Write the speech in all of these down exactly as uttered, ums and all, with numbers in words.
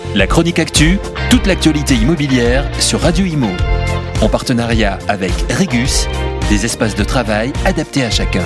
La chronique actu, toute l'actualité immobilière sur Radio Imo. En partenariat avec Regus, des espaces de travail adaptés à chacun.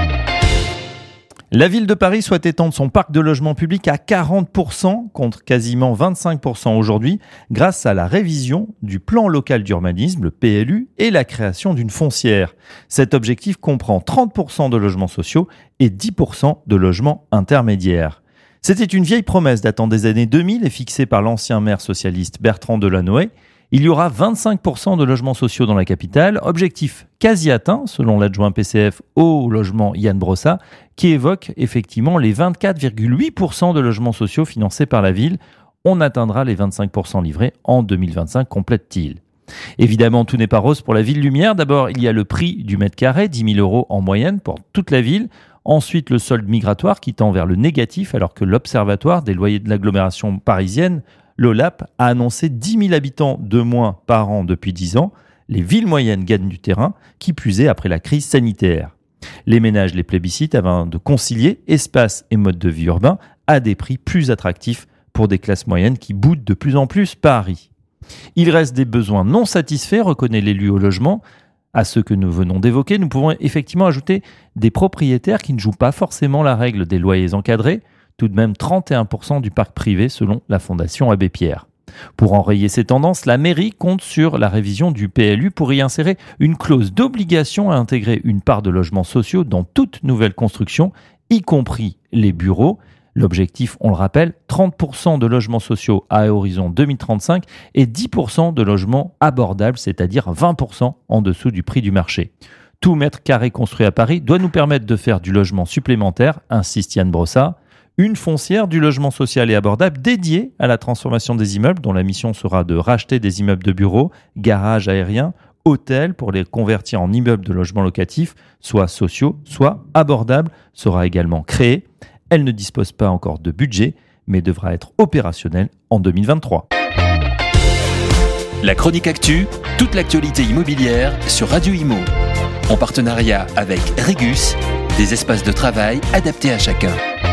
La ville de Paris souhaite étendre son parc de logements publics à quarante pour cent contre quasiment vingt-cinq pour cent aujourd'hui grâce à la révision du plan local d'urbanisme, le P L U, et la création d'une foncière. Cet objectif comprend trente pour cent de logements sociaux et dix pour cent de logements intermédiaires. C'était une vieille promesse datant des années deux mille et fixée par l'ancien maire socialiste Bertrand Delanoë. Il y aura vingt-cinq pour cent de logements sociaux dans la capitale, objectif quasi atteint selon l'adjoint P C F au logement Yann Brossa, qui évoque effectivement les vingt-quatre virgule huit pour cent de logements sociaux financés par la ville. On atteindra les vingt-cinq pour cent livrés en deux mille vingt-cinq, complète-t-il. Évidemment, tout n'est pas rose pour la ville lumière. D'abord, il y a le prix du mètre carré, dix mille euros en moyenne pour toute la ville. Ensuite, le solde migratoire qui tend vers le négatif alors que l'Observatoire des loyers de l'agglomération parisienne, l'O L A P, a annoncé dix mille habitants de moins par an depuis dix ans. Les villes moyennes gagnent du terrain, qui plus est après la crise sanitaire. Les ménages les plébiscitent afin de concilier espace et mode de vie urbain à des prix plus attractifs pour des classes moyennes qui boudent de plus en plus Paris. Il reste des besoins non satisfaits, reconnaît l'élu au logement. À ceux que nous venons d'évoquer, nous pouvons effectivement ajouter des propriétaires qui ne jouent pas forcément la règle des loyers encadrés, tout de même trente et un pour cent du parc privé selon la Fondation Abbé Pierre. Pour enrayer ces tendances, la mairie compte sur la révision du P L U pour y insérer une clause d'obligation à intégrer une part de logements sociaux dans toute nouvelle construction, y compris les bureaux. L'objectif, on le rappelle, trente pour cent de logements sociaux à horizon deux mille trente-cinq et dix pour cent de logements abordables, c'est-à-dire vingt pour cent en dessous du prix du marché. Tout mètre carré construit à Paris doit nous permettre de faire du logement supplémentaire, insiste Yann Brossa. Une foncière du logement social et abordable dédiée à la transformation des immeubles, dont la mission sera de racheter des immeubles de bureaux, garages aériens, hôtels pour les convertir en immeubles de logement locatif, soit sociaux, soit abordables, sera également créée. Elle ne dispose pas encore de budget, mais devra être opérationnelle en deux mille vingt-trois. La chronique actu, toute l'actualité immobilière sur Radio Imo. En partenariat avec Regus, des espaces de travail adaptés à chacun.